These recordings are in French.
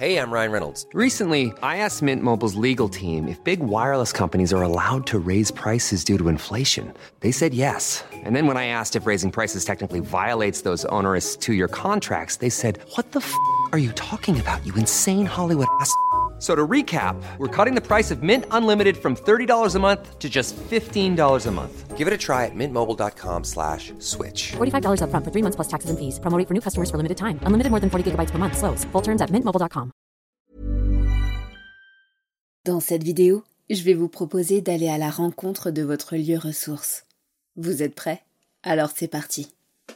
Hey, I'm Ryan Reynolds. Recently, I asked Mint Mobile's legal team if big wireless companies are allowed to raise prices due to inflation. They said yes. And then when I asked if raising prices technically violates those onerous two-year contracts, they said, "What the f*** are you talking about, you insane Hollywood ass f- So to recap, we're cutting the price of Mint Unlimited from $30 a month to just $15 a month. Give it a try at mintmobile.com/switch. $45 up front for 3 months plus taxes and fees. Promo rate for new customers for limited time. Unlimited more than 40 gigabytes per month. Slows full terms at mintmobile.com. Dans cette vidéo, je vais vous proposer d'aller à la rencontre de votre lieu ressource. Vous êtes prêts? Alors c'est parti.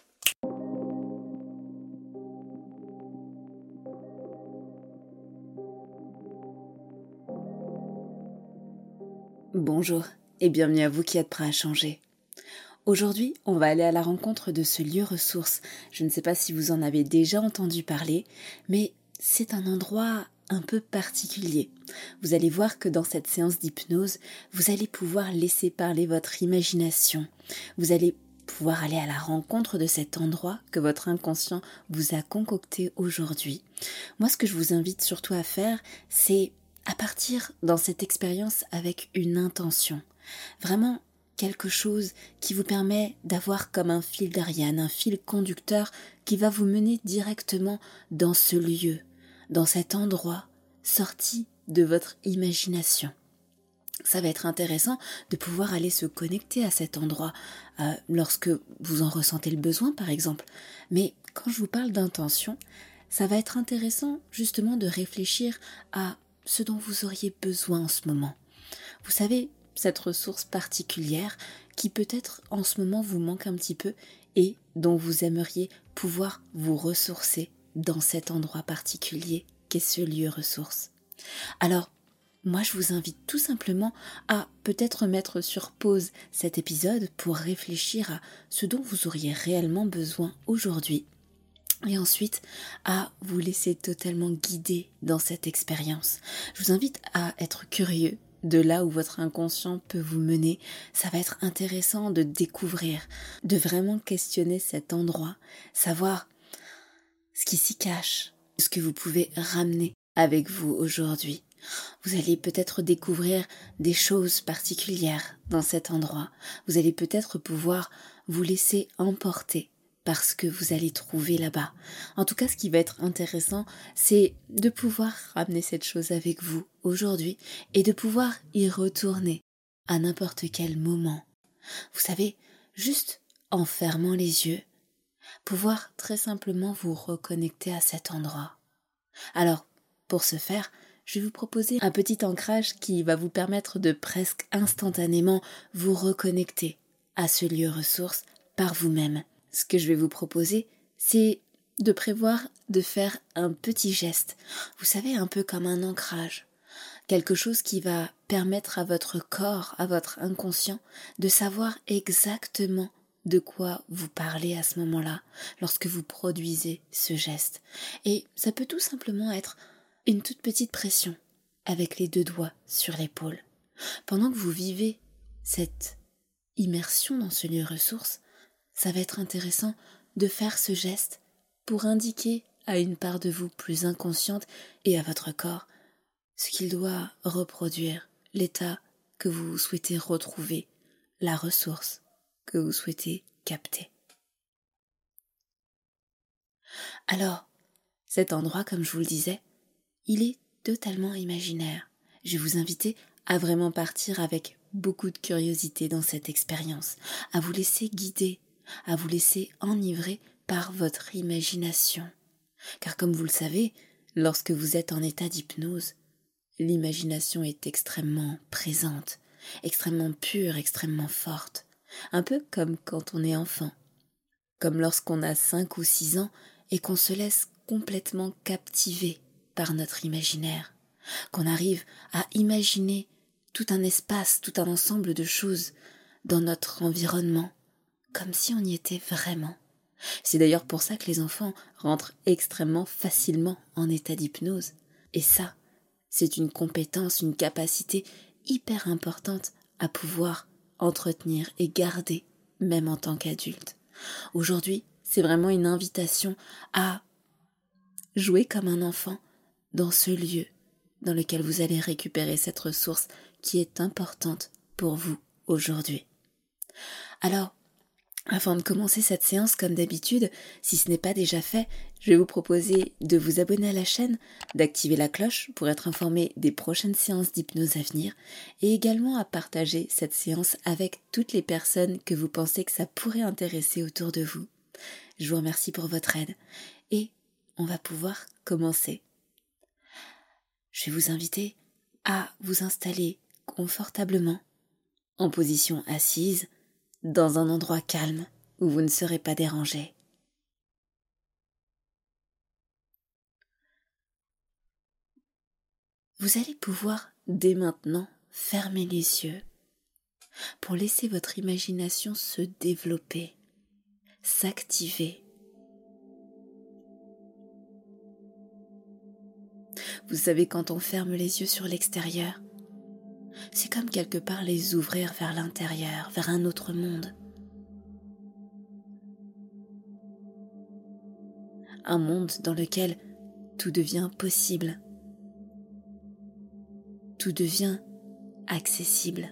Bonjour et bienvenue à vous qui êtes prêts à changer. Aujourd'hui, on va aller à la rencontre de ce lieu ressource. Je ne sais pas si vous en avez déjà entendu parler, mais c'est un endroit un peu particulier. Vous allez voir que dans cette séance d'hypnose, vous allez pouvoir laisser parler votre imagination. Vous allez pouvoir aller à la rencontre de cet endroit que votre inconscient vous a concocté aujourd'hui. Moi, ce que je vous invite surtout à faire, c'est à partir dans cette expérience avec une intention. Vraiment quelque chose qui vous permet d'avoir comme un fil d'Ariane, un fil conducteur qui va vous mener directement dans ce lieu, dans cet endroit sorti de votre imagination. Ça va être intéressant de pouvoir aller se connecter à cet endroit lorsque vous en ressentez le besoin par exemple. Mais quand je vous parle d'intention, ça va être intéressant justement de réfléchir à ce dont vous auriez besoin en ce moment. Vous savez, cette ressource particulière qui peut-être en ce moment vous manque un petit peu et dont vous aimeriez pouvoir vous ressourcer dans cet endroit particulier qu'est ce lieu ressource. Alors, moi je vous invite tout simplement à peut-être mettre sur pause cet épisode pour réfléchir à ce dont vous auriez réellement besoin aujourd'hui. Et ensuite, à vous laisser totalement guider dans cette expérience. Je vous invite à être curieux de là où votre inconscient peut vous mener. Ça va être intéressant de découvrir, de vraiment questionner cet endroit, savoir ce qui s'y cache, ce que vous pouvez ramener avec vous aujourd'hui. Vous allez peut-être découvrir des choses particulières dans cet endroit. Vous allez peut-être pouvoir vous laisser emporter par ce que vous allez trouver là-bas. En tout cas, ce qui va être intéressant, c'est de pouvoir ramener cette chose avec vous aujourd'hui et de pouvoir y retourner à n'importe quel moment. Vous savez, juste en fermant les yeux, pouvoir très simplement vous reconnecter à cet endroit. Alors, pour ce faire, je vais vous proposer un petit ancrage qui va vous permettre de presque instantanément vous reconnecter à ce lieu ressource par vous-même. Ce que je vais vous proposer, c'est de prévoir de faire un petit geste. Vous savez, un peu comme un ancrage. Quelque chose qui va permettre à votre corps, à votre inconscient, de savoir exactement de quoi vous parlez à ce moment-là, lorsque vous produisez ce geste. Et ça peut tout simplement être une toute petite pression, avec les 2 doigts sur l'épaule. Pendant que vous vivez cette immersion dans ce lieu ressource, ça va être intéressant de faire ce geste pour indiquer à une part de vous plus inconsciente et à votre corps ce qu'il doit reproduire, l'état que vous souhaitez retrouver, la ressource que vous souhaitez capter. Alors, cet endroit, comme je vous le disais, il est totalement imaginaire. Je vais vous inviter à vraiment partir avec beaucoup de curiosité dans cette expérience, à vous laisser guider, à vous laisser enivrer par votre imagination. Car comme vous le savez, lorsque vous êtes en état d'hypnose, l'imagination est extrêmement présente, extrêmement pure, extrêmement forte. Un peu comme quand on est enfant, comme lorsqu'on a 5 ou 6 ans et qu'on se laisse complètement captiver par notre imaginaire, qu'on arrive à imaginer tout un espace, tout un ensemble de choses dans notre environnement, comme si on y était vraiment. C'est d'ailleurs pour ça que les enfants rentrent extrêmement facilement en état d'hypnose. Et ça, c'est une compétence, une capacité hyper importante à pouvoir entretenir et garder, même en tant qu'adulte. Aujourd'hui, c'est vraiment une invitation à jouer comme un enfant, dans ce lieu dans lequel vous allez récupérer cette ressource qui est importante pour vous aujourd'hui. Alors, avant de commencer cette séance, comme d'habitude, si ce n'est pas déjà fait, je vais vous proposer de vous abonner à la chaîne, d'activer la cloche pour être informé des prochaines séances d'hypnose à venir et également à partager cette séance avec toutes les personnes que vous pensez que ça pourrait intéresser autour de vous. Je vous remercie pour votre aide et on va pouvoir commencer. Je vais vous inviter à vous installer confortablement en position assise dans un endroit calme où vous ne serez pas dérangé. Vous allez pouvoir dès maintenant fermer les yeux pour laisser votre imagination se développer, s'activer. Vous savez, quand on ferme les yeux sur l'extérieur, c'est comme quelque part les ouvrir vers l'intérieur, vers un autre monde. Un monde dans lequel tout devient possible, tout devient accessible.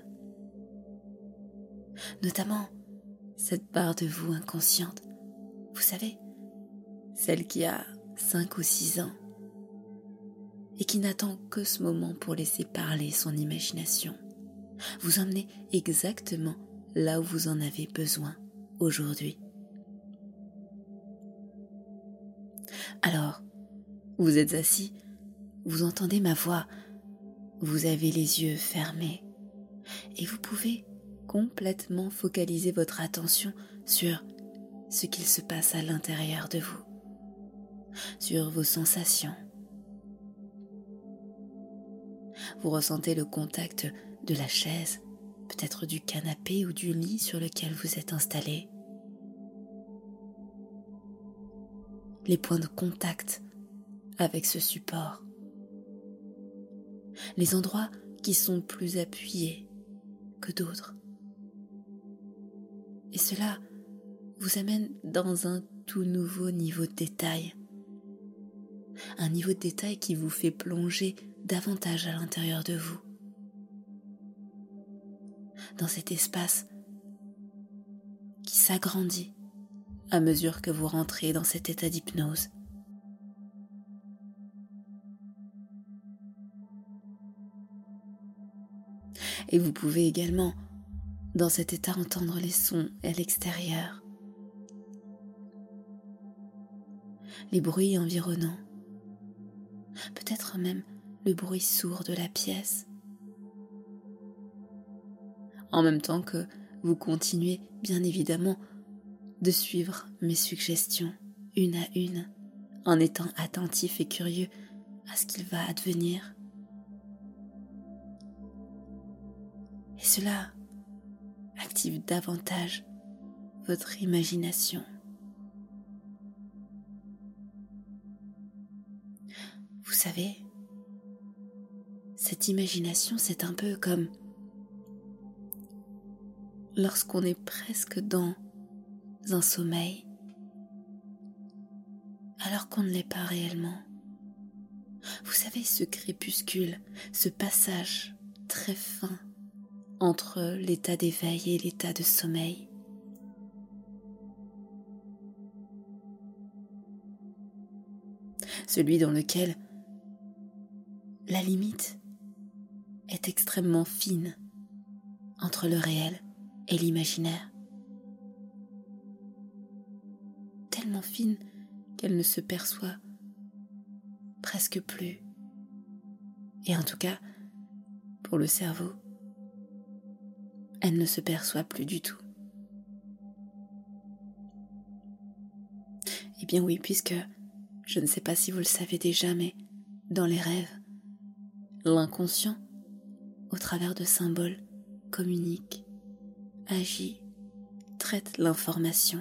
Notamment cette part de vous inconsciente, vous savez, celle qui a 5 ou 6 ans et qui n'attend que ce moment pour laisser parler son imagination, vous emmener exactement là où vous en avez besoin aujourd'hui. Alors, vous êtes assis, vous entendez ma voix, vous avez les yeux fermés et vous pouvez complètement focaliser votre attention sur ce qu'il se passe à l'intérieur de vous, sur vos sensations. Vous ressentez le contact de la chaise, peut-être du canapé ou du lit sur lequel vous êtes installé. Les points de contact avec ce support. Les endroits qui sont plus appuyés que d'autres. Et cela vous amène dans un tout nouveau niveau de détail. Un niveau de détail qui vous fait plonger davantage à l'intérieur de vous. Dans cet espace qui s'agrandit à mesure que vous rentrez dans cet état d'hypnose. Et vous pouvez également, dans cet état, entendre les sons à l'extérieur, les bruits environnants, peut-être même le bruit sourd de la pièce. En même temps que vous continuez, bien évidemment, de suivre mes suggestions une à une, en étant attentif et curieux à ce qu'il va advenir. Et cela active davantage votre imagination. Vous savez, cette imagination, c'est un peu comme lorsqu'on est presque dans un sommeil, alors qu'on ne l'est pas réellement. Vous savez, ce crépuscule, ce passage très fin entre l'état d'éveil et l'état de sommeil. Celui dans lequel la limite est extrêmement fine entre le réel et l'imaginaire. Tellement fine qu'elle ne se perçoit presque plus. Et en tout cas, pour le cerveau, elle ne se perçoit plus du tout. Eh bien oui, puisque je ne sais pas si vous le savez déjà, mais dans les rêves, l'inconscient, au travers de symboles, communique, agit, traite l'information.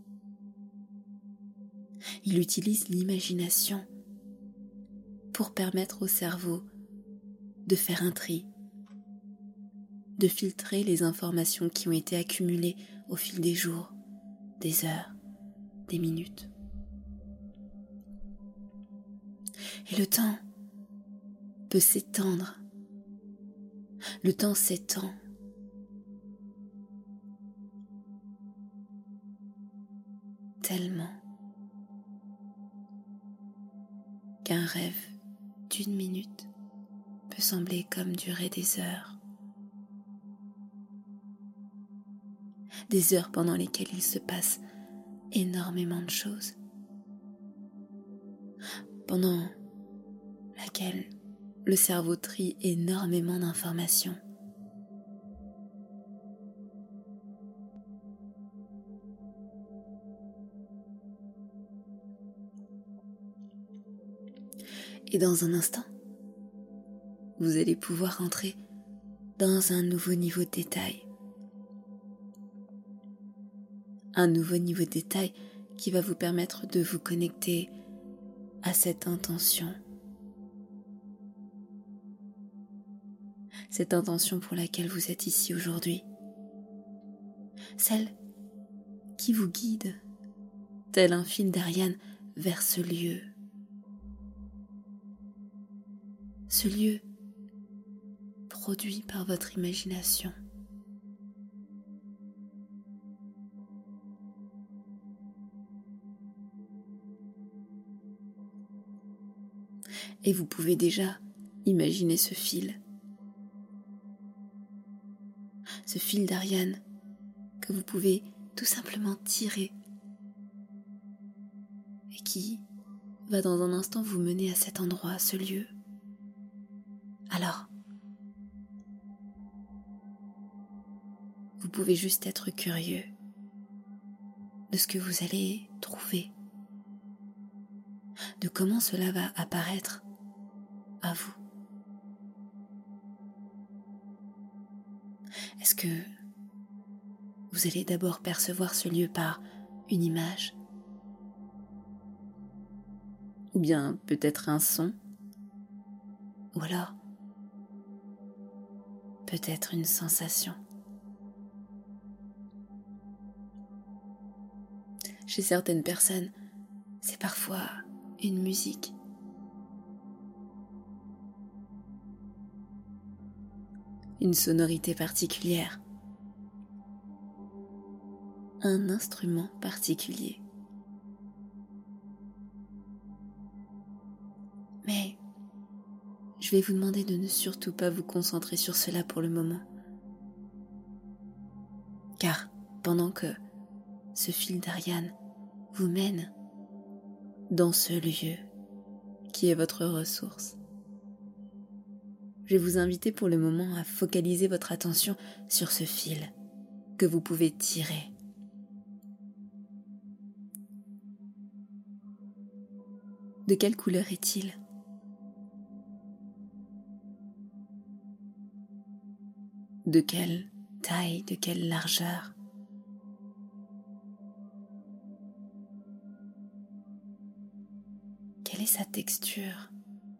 Il utilise l'imagination pour permettre au cerveau de faire un tri, de filtrer les informations qui ont été accumulées au fil des jours, des heures, des minutes. Et le temps peut s'étendre. Le temps s'étend. Tellement qu'un rêve d'1 minute peut sembler comme durer des heures. Des heures pendant lesquelles il se passe énormément de choses. Pendant laquelle le cerveau trie énormément d'informations. Et dans un instant, vous allez pouvoir entrer dans un nouveau niveau de détail. Un nouveau niveau de détail qui va vous permettre de vous connecter à cette intention. Cette intention pour laquelle vous êtes ici aujourd'hui. Celle qui vous guide, tel un fil d'Ariane, vers ce lieu. Ce lieu produit par votre imagination. Et vous pouvez déjà imaginer ce fil d'Ariane que vous pouvez tout simplement tirer et qui va dans un instant vous mener à cet endroit, à ce lieu. Alors, vous pouvez juste être curieux de ce que vous allez trouver, de comment cela va apparaître à vous. Est-ce que vous allez d'abord percevoir ce lieu par une image? Ou bien peut-être un son? Ou alors peut-être une sensation? Chez certaines personnes, c'est parfois une musique. Une sonorité particulière. Un instrument particulier. Mais je vais vous demander de ne surtout pas vous concentrer sur cela pour le moment. Car pendant que ce fil d'Ariane vous mène dans ce lieu qui est votre ressource, je vais vous inviter pour le moment à focaliser votre attention sur ce fil que vous pouvez tirer. De quelle couleur est-il ? De quelle taille, de quelle largeur ? Quelle est sa texture ?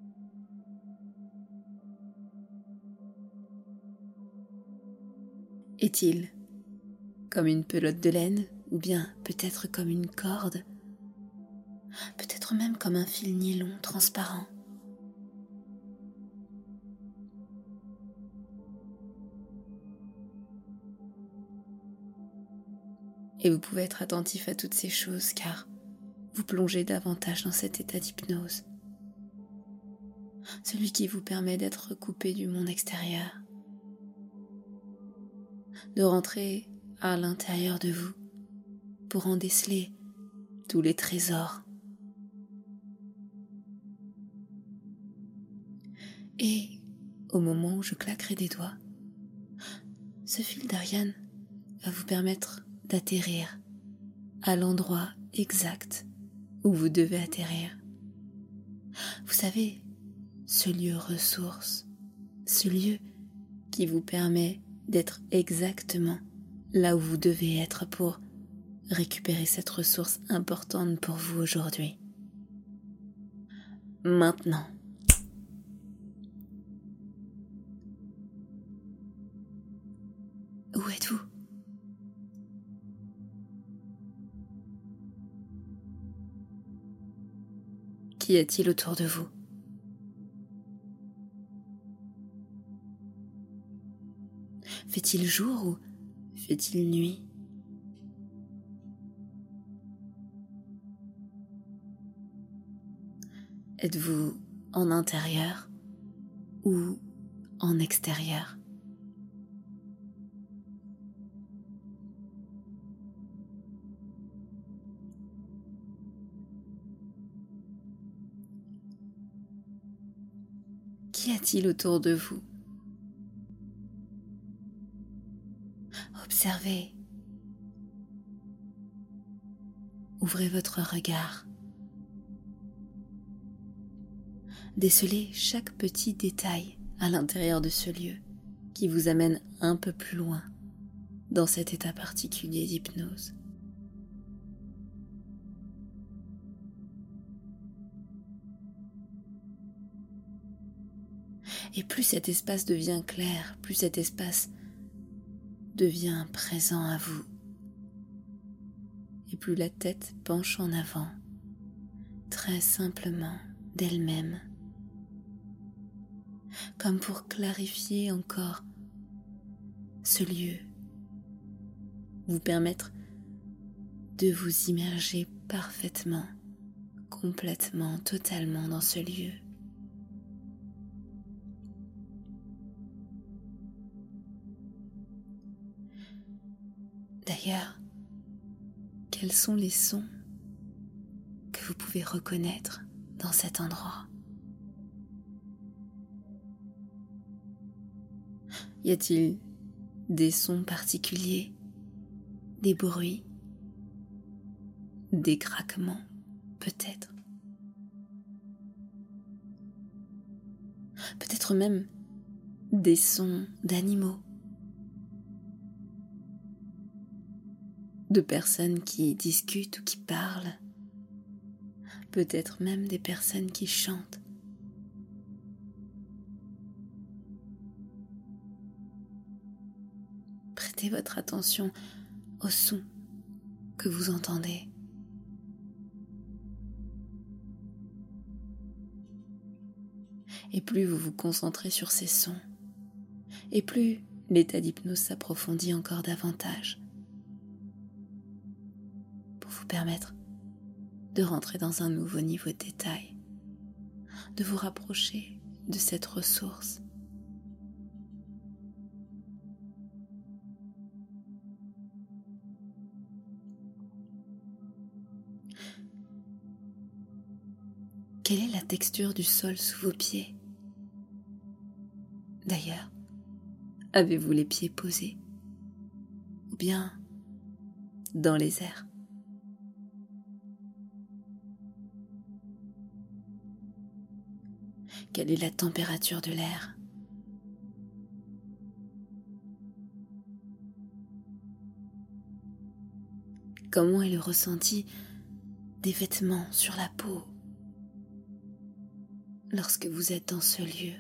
Est-il comme une pelote de laine ou bien peut-être comme une corde ? Peut-être même comme un fil nylon transparent. Et vous pouvez être attentif à toutes ces choses car vous plongez davantage dans cet état d'hypnose. Celui qui vous permet d'être coupé du monde extérieur. De rentrer à l'intérieur de vous pour en déceler tous les trésors. Et au moment où je claquerai des doigts, ce fil d'Ariane va vous permettre d'atterrir à l'endroit exact où vous devez atterrir. Vous savez, ce lieu ressource, ce lieu qui vous permet d'être exactement là où vous devez être pour récupérer cette ressource importante pour vous aujourd'hui. Maintenant. Où êtes-vous ? Qu'y a-t-il autour de vous ? Fait-il jour ou fait-il nuit? Êtes-vous en intérieur ou en extérieur? Qu'y a-t-il autour de vous? Observez. Ouvrez votre regard. Décelez chaque petit détail à l'intérieur de ce lieu qui vous amène un peu plus loin dans cet état particulier d'hypnose. Et plus cet espace devient clair, plus cet espace devient présent à vous, et plus la tête penche en avant, très simplement d'elle-même, comme pour clarifier encore ce lieu, vous permettre de vous immerger parfaitement, complètement, totalement dans ce lieu. D'ailleurs, quels sont les sons que vous pouvez reconnaître dans cet endroit? Y a-t-il des sons particuliers, des bruits, des craquements peut-être? Peut-être même des sons d'animaux, de personnes qui discutent ou qui parlent, peut-être même des personnes qui chantent. Prêtez votre attention aux sons que vous entendez. Et plus vous vous concentrez sur ces sons, et plus l'état d'hypnose s'approfondit encore davantage, vous permettre de rentrer dans un nouveau niveau de détail, de vous rapprocher de cette ressource. Quelle est la texture du sol sous vos pieds? D'ailleurs, avez-vous les pieds posés ou bien dans les airs? Quelle est la température de l'air? Comment est le ressenti des vêtements sur la peau lorsque vous êtes dans ce lieu?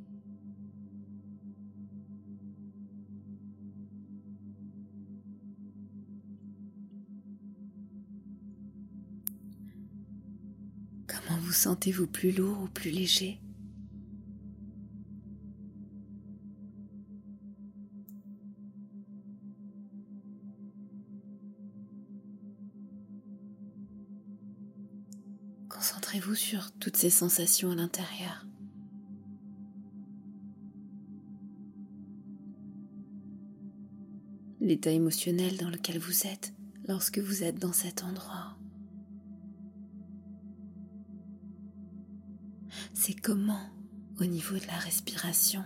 Comment vous sentez-vous, plus lourd ou plus léger? Concentrez-vous sur toutes ces sensations à l'intérieur. L'état émotionnel dans lequel vous êtes lorsque vous êtes dans cet endroit. C'est comment au niveau de la respiration,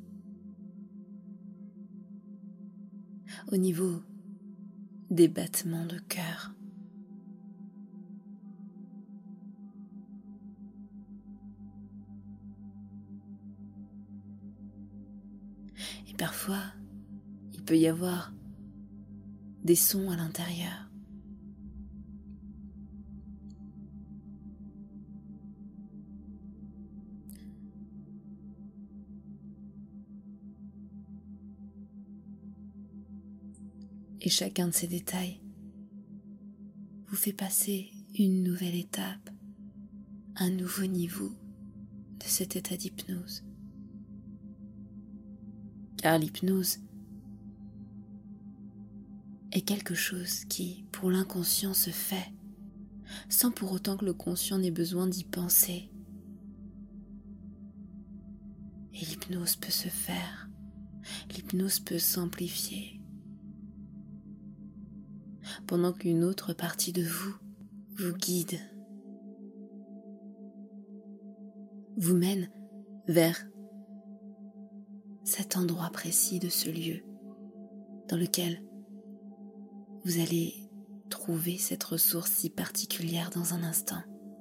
au niveau des battements de cœur. Et parfois, il peut y avoir des sons à l'intérieur. Et chacun de ces détails vous fait passer une nouvelle étape, un nouveau niveau de cet état d'hypnose. Car l'hypnose est quelque chose qui, pour l'inconscient, se fait, sans pour autant que le conscient n'ait besoin d'y penser. Et l'hypnose peut se faire, l'hypnose peut s'amplifier, pendant qu'une autre partie de vous vous guide, vous mène vers cet endroit précis de ce lieu dans lequel vous allez trouver cette ressource si particulière dans un instant.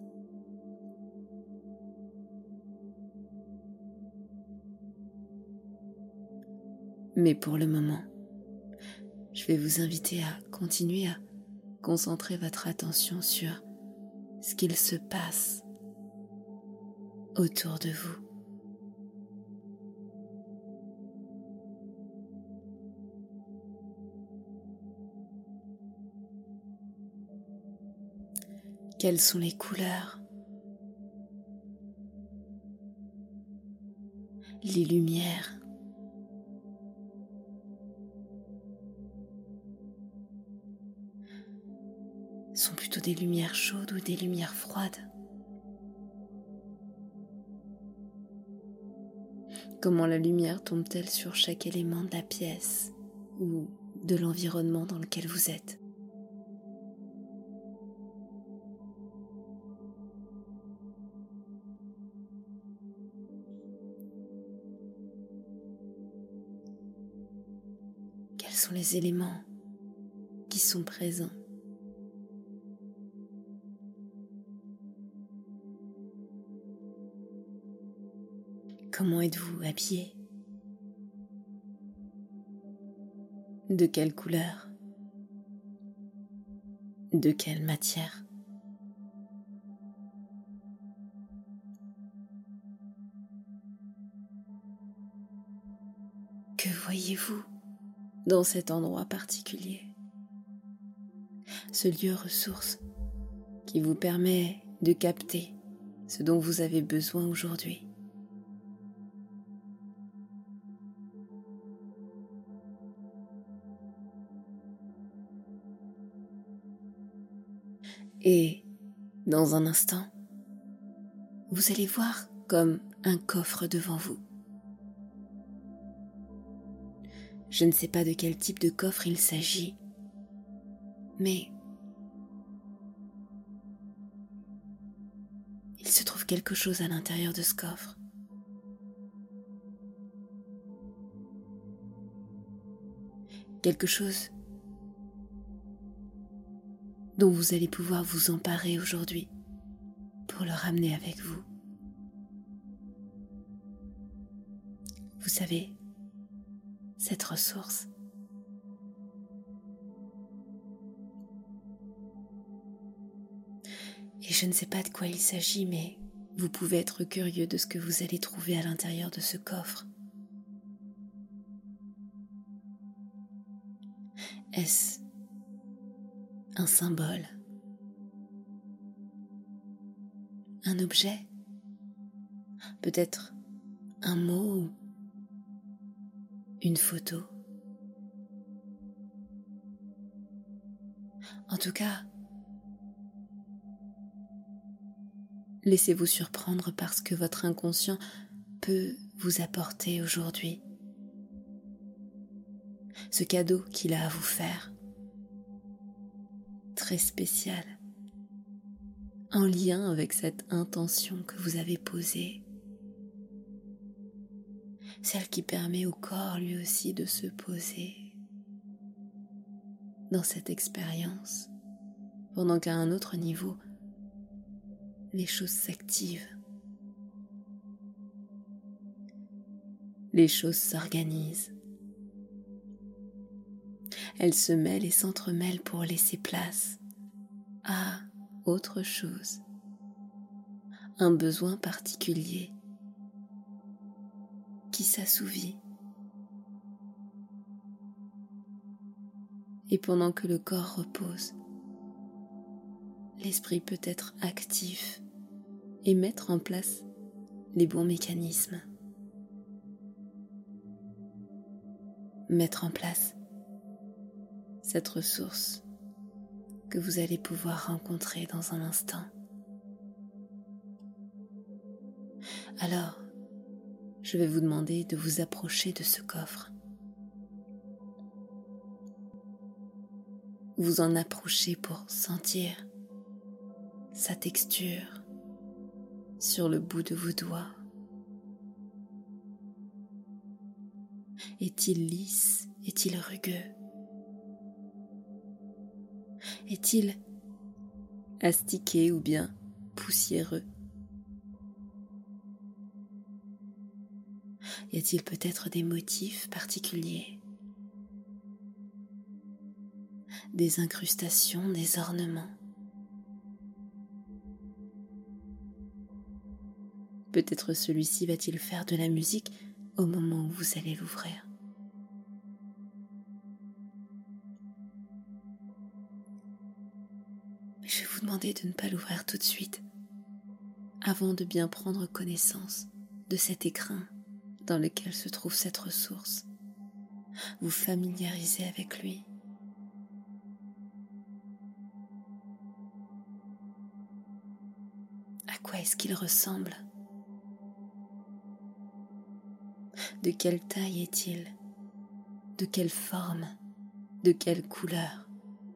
Mais pour le moment, je vais vous inviter à continuer à concentrer votre attention sur ce qu'il se passe autour de vous. Quelles sont les couleurs, les lumières, sont plutôt des lumières chaudes ou des lumières froides? Comment la lumière tombe-t-elle sur chaque élément de la pièce ou de l'environnement dans lequel vous êtes? Quels sont les éléments qui sont présents? Comment êtes-vous habillé? De quelle couleur? De quelle matière? Que voyez-vous dans cet endroit particulier? Ce lieu ressource qui vous permet de capter ce dont vous avez besoin aujourd'hui. Et dans un instant, vous allez voir comme un coffre devant vous. Je ne sais pas de quel type de coffre il s'agit, mais il se trouve quelque chose à l'intérieur de ce coffre. Quelque chose dont vous allez pouvoir vous emparer aujourd'hui pour le ramener avec vous. Vous savez, cette ressource, et je ne sais pas de quoi il s'agit, mais vous pouvez être curieux de ce que vous allez trouver à l'intérieur de ce coffre. Est-ce un symbole? Un objet? Peut-être un mot ou une photo? En tout cas, laissez-vous surprendre par ce que votre inconscient peut vous apporter aujourd'hui. Ce cadeau qu'il a à vous faire, très spécial, en lien avec cette intention que vous avez posée, celle qui permet au corps lui aussi de se poser dans cette expérience, pendant qu'à un autre niveau, les choses s'activent, les choses s'organisent, elles se mêlent et s'entremêlent pour laisser place à autre chose, un besoin particulier qui s'assouvit. Et pendant que le corps repose, l'esprit peut être actif et mettre en place les bons mécanismes. Mettre en place cette ressource que vous allez pouvoir rencontrer dans un instant. Alors, je vais vous demander de vous approcher de ce coffre. Vous en approchez pour sentir sa texture sur le bout de vos doigts. Est-il lisse? Est-il rugueux? Est-il astiqué ou bien poussiéreux? Y a-t-il peut-être des motifs particuliers? Des incrustations, des ornements? Peut-être celui-ci va-t-il faire de la musique au moment où vous allez l'ouvrir. Mais je vais vous demander de ne pas l'ouvrir tout de suite, avant de bien prendre connaissance de cet écrin dans lequel se trouve cette ressource. Vous familiariser avec lui. À quoi est-ce qu'il ressemble? De quelle taille est-il? De quelle forme? De quelle couleur?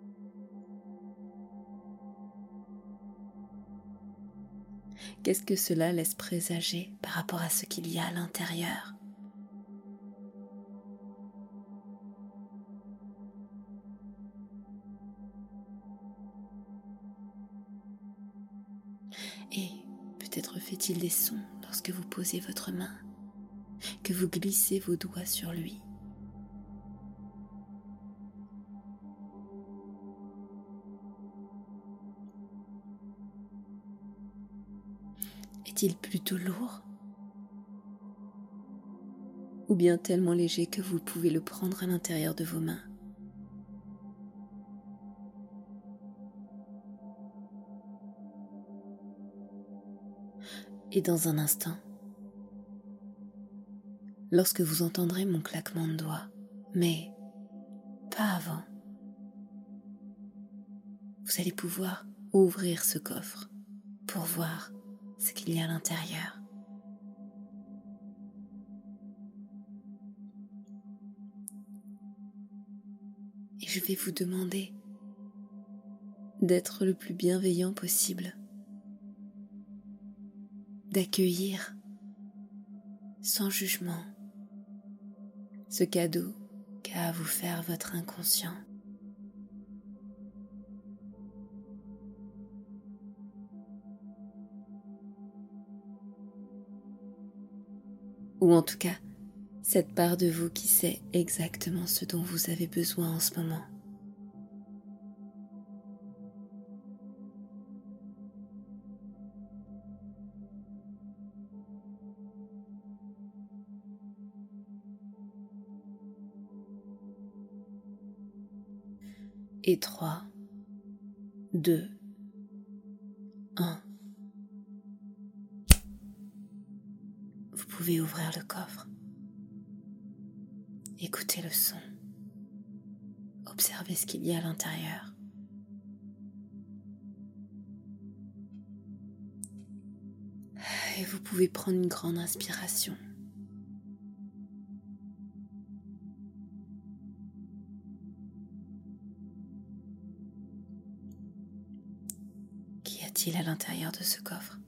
Qu'est-ce que cela laisse présager par rapport à ce qu'il y a à l'intérieur? Et peut-être fait-il des sons lorsque vous posez votre main, que vous glissez vos doigts sur lui. Est-il plutôt lourd? Ou bien tellement léger que vous pouvez le prendre à l'intérieur de vos mains? Et dans un instant, lorsque vous entendrez mon claquement de doigts, mais pas avant, vous allez pouvoir ouvrir ce coffre pour voir ce qu'il y a à l'intérieur. Et je vais vous demander d'être le plus bienveillant possible, d'accueillir sans jugement ce cadeau qu'a à vous faire votre inconscient. Ou en tout cas, cette part de vous qui sait exactement ce dont vous avez besoin en ce moment. Et 3, 2, 1. Vous pouvez ouvrir le coffre. Écoutez le son. Observez ce qu'il y a à l'intérieur. Et vous pouvez prendre une grande inspiration. Qu'y a-t-il à l'intérieur de ce coffre?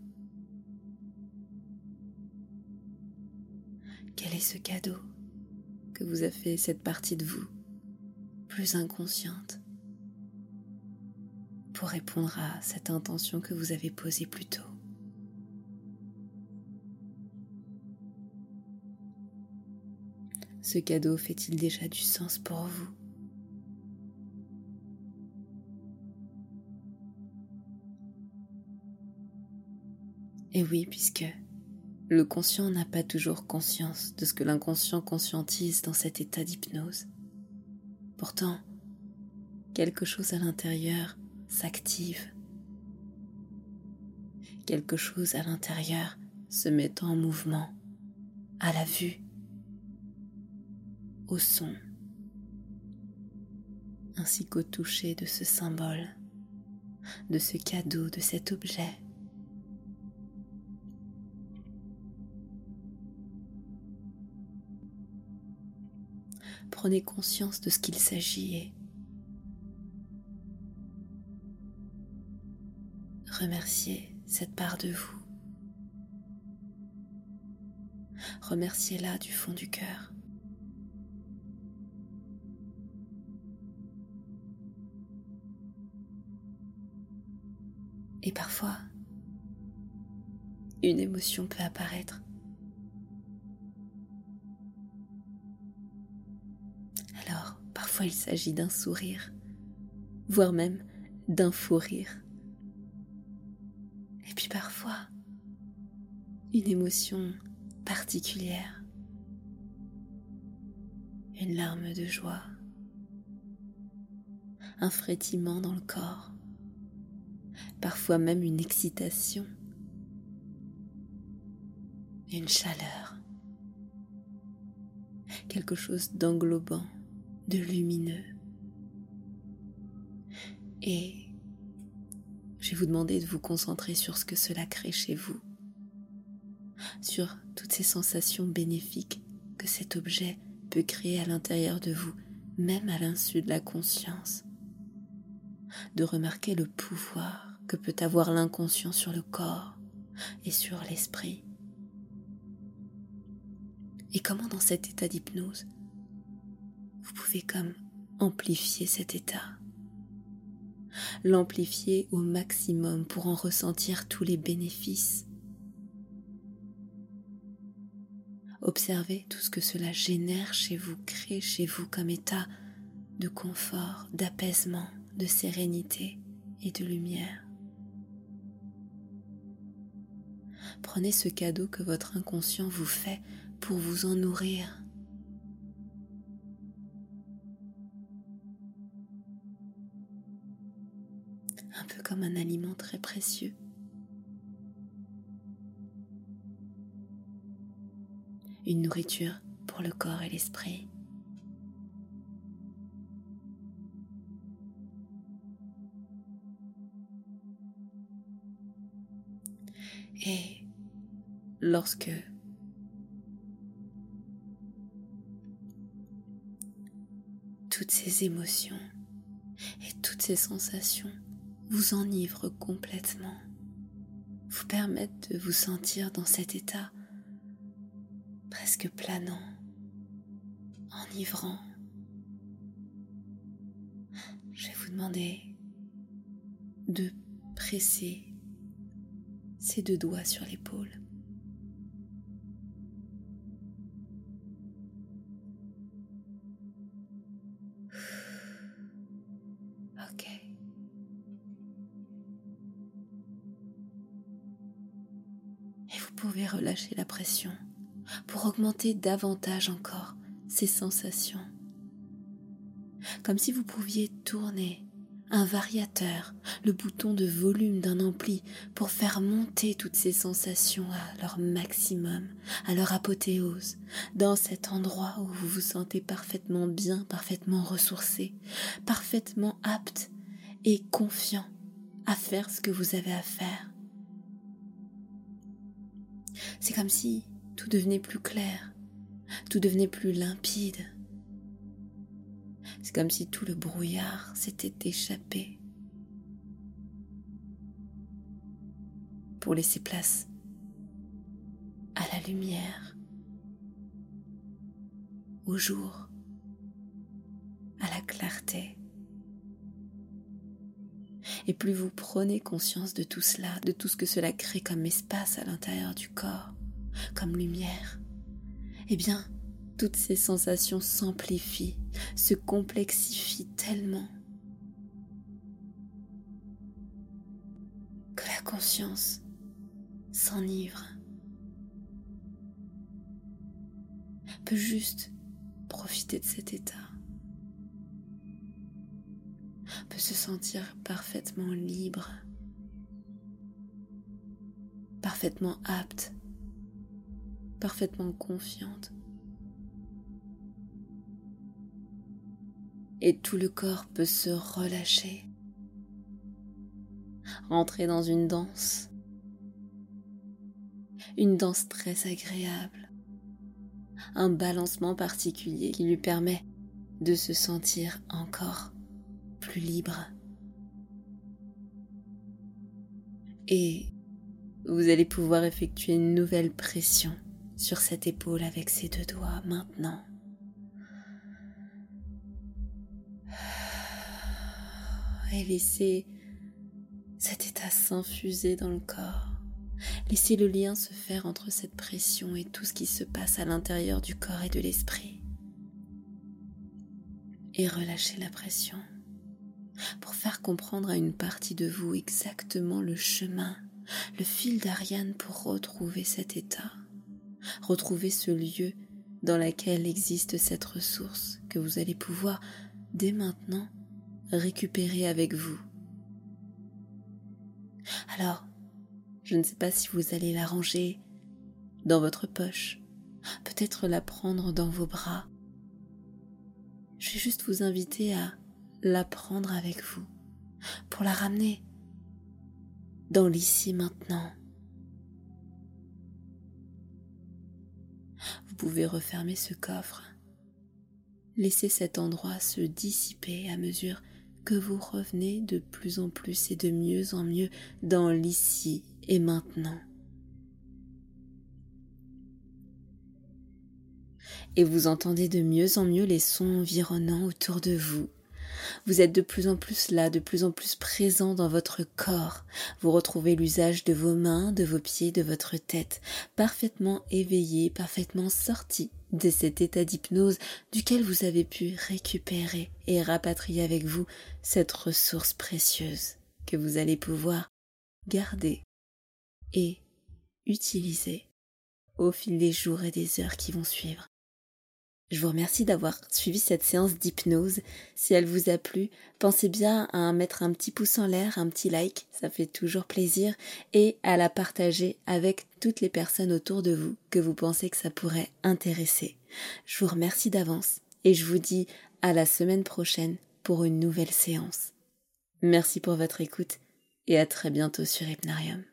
Quel est ce cadeau que vous a fait cette partie de vous plus inconsciente pour répondre à cette intention que vous avez posée plus tôt? Ce cadeau fait-il déjà du sens pour vous? Et oui, puisque le conscient n'a pas toujours conscience de ce que l'inconscient conscientise dans cet état d'hypnose. Pourtant, quelque chose à l'intérieur s'active. Quelque chose à l'intérieur se met en mouvement, à la vue, au son, ainsi qu'au toucher de ce symbole, de ce cadeau, de cet objet. Prenez conscience de ce qu'il s'agit et remerciez cette part de vous. Remerciez-la du fond du cœur. Et parfois, une émotion peut apparaître. Alors, parfois il s'agit d'un sourire, voire même d'un fou rire. Et puis parfois, une émotion particulière, une larme de joie, un frétillement dans le corps, parfois même une excitation, une chaleur, quelque chose d'englobant, de lumineux. Et je vais vous demander de vous concentrer sur ce que cela crée chez vous, sur toutes ces sensations bénéfiques que cet objet peut créer à l'intérieur de vous, même à l'insu de la conscience. De remarquer le pouvoir que peut avoir l'inconscient sur le corps et sur l'esprit. Et comment dans cet état d'hypnose, vous pouvez comme amplifier cet état. L'amplifier au maximum pour en ressentir tous les bénéfices. Observez tout ce que cela génère chez vous, crée chez vous comme état de confort, d'apaisement, de sérénité et de lumière. Prenez ce cadeau que votre inconscient vous fait pour vous en nourrir. Un peu comme un aliment très précieux. Une nourriture pour le corps et l'esprit. Et lorsque toutes ces émotions et toutes ces sensations vous enivrent complètement, vous permettent de vous sentir dans cet état presque planant, enivrant, je vais vous demander de presser ces deux doigts sur l'épaule. Ok. Et vous pouvez relâcher la pression pour augmenter davantage encore ces sensations. Comme si vous pouviez tourner un variateur, le bouton de volume d'un ampli pour faire monter toutes ces sensations à leur maximum, à leur apothéose, dans cet endroit où vous vous sentez parfaitement bien, parfaitement ressourcé, parfaitement apte et confiant à faire ce que vous avez à faire. C'est comme si tout devenait plus clair, tout devenait plus limpide. C'est comme si tout le brouillard s'était échappé pour laisser place à la lumière, au jour, à la clarté. Et plus vous prenez conscience de tout cela, de tout ce que cela crée comme espace à l'intérieur du corps, comme lumière, eh bien, toutes ces sensations s'amplifient, se complexifient tellement que la conscience s'enivre, peut juste profiter de cet état, peut se sentir parfaitement libre, parfaitement apte, parfaitement confiante. et tout le corps peut se relâcher. Rentrer dans une danse très agréable, un balancement particulier qui lui permet de se sentir encore plus libre. Et vous allez pouvoir effectuer une nouvelle pression sur cette épaule avec ses 2 doigts maintenant. Et laissez cet état s'infuser dans le corps. Laissez le lien se faire entre cette pression et tout ce qui se passe à l'intérieur du corps et de l'esprit. Et relâchez la pression pour faire comprendre à une partie de vous exactement le chemin, le fil d'Ariane pour retrouver cet état, retrouver ce lieu dans lequel existe cette ressource que vous allez pouvoir dès maintenant récupérer avec vous. Alors, je ne sais pas si vous allez la ranger dans votre poche, peut-être la prendre dans vos bras. Je vais juste vous inviter à la prendre avec vous, pour la ramener dans l'ici maintenant. Vous pouvez refermer ce coffre, laisser cet endroit se dissiper à mesure que vous revenez de plus en plus et de mieux en mieux dans l'ici et maintenant. Et vous entendez de mieux en mieux les sons environnants autour de vous. Vous êtes de plus en plus là, de plus en plus présent dans votre corps. Vous retrouvez l'usage de vos mains, de vos pieds, de votre tête, parfaitement éveillé, parfaitement sorti de cet état d'hypnose duquel vous avez pu récupérer et rapatrier avec vous cette ressource précieuse que vous allez pouvoir garder et utiliser au fil des jours et des heures qui vont suivre. Je vous remercie d'avoir suivi cette séance d'hypnose. Si elle vous a plu, pensez bien à mettre un petit pouce en l'air, un petit like, ça fait toujours plaisir, et à la partager avec toutes les personnes autour de vous que vous pensez que ça pourrait intéresser. Je vous remercie d'avance et je vous dis à la semaine prochaine pour une nouvelle séance. Merci pour votre écoute et à très bientôt sur Hypnarium.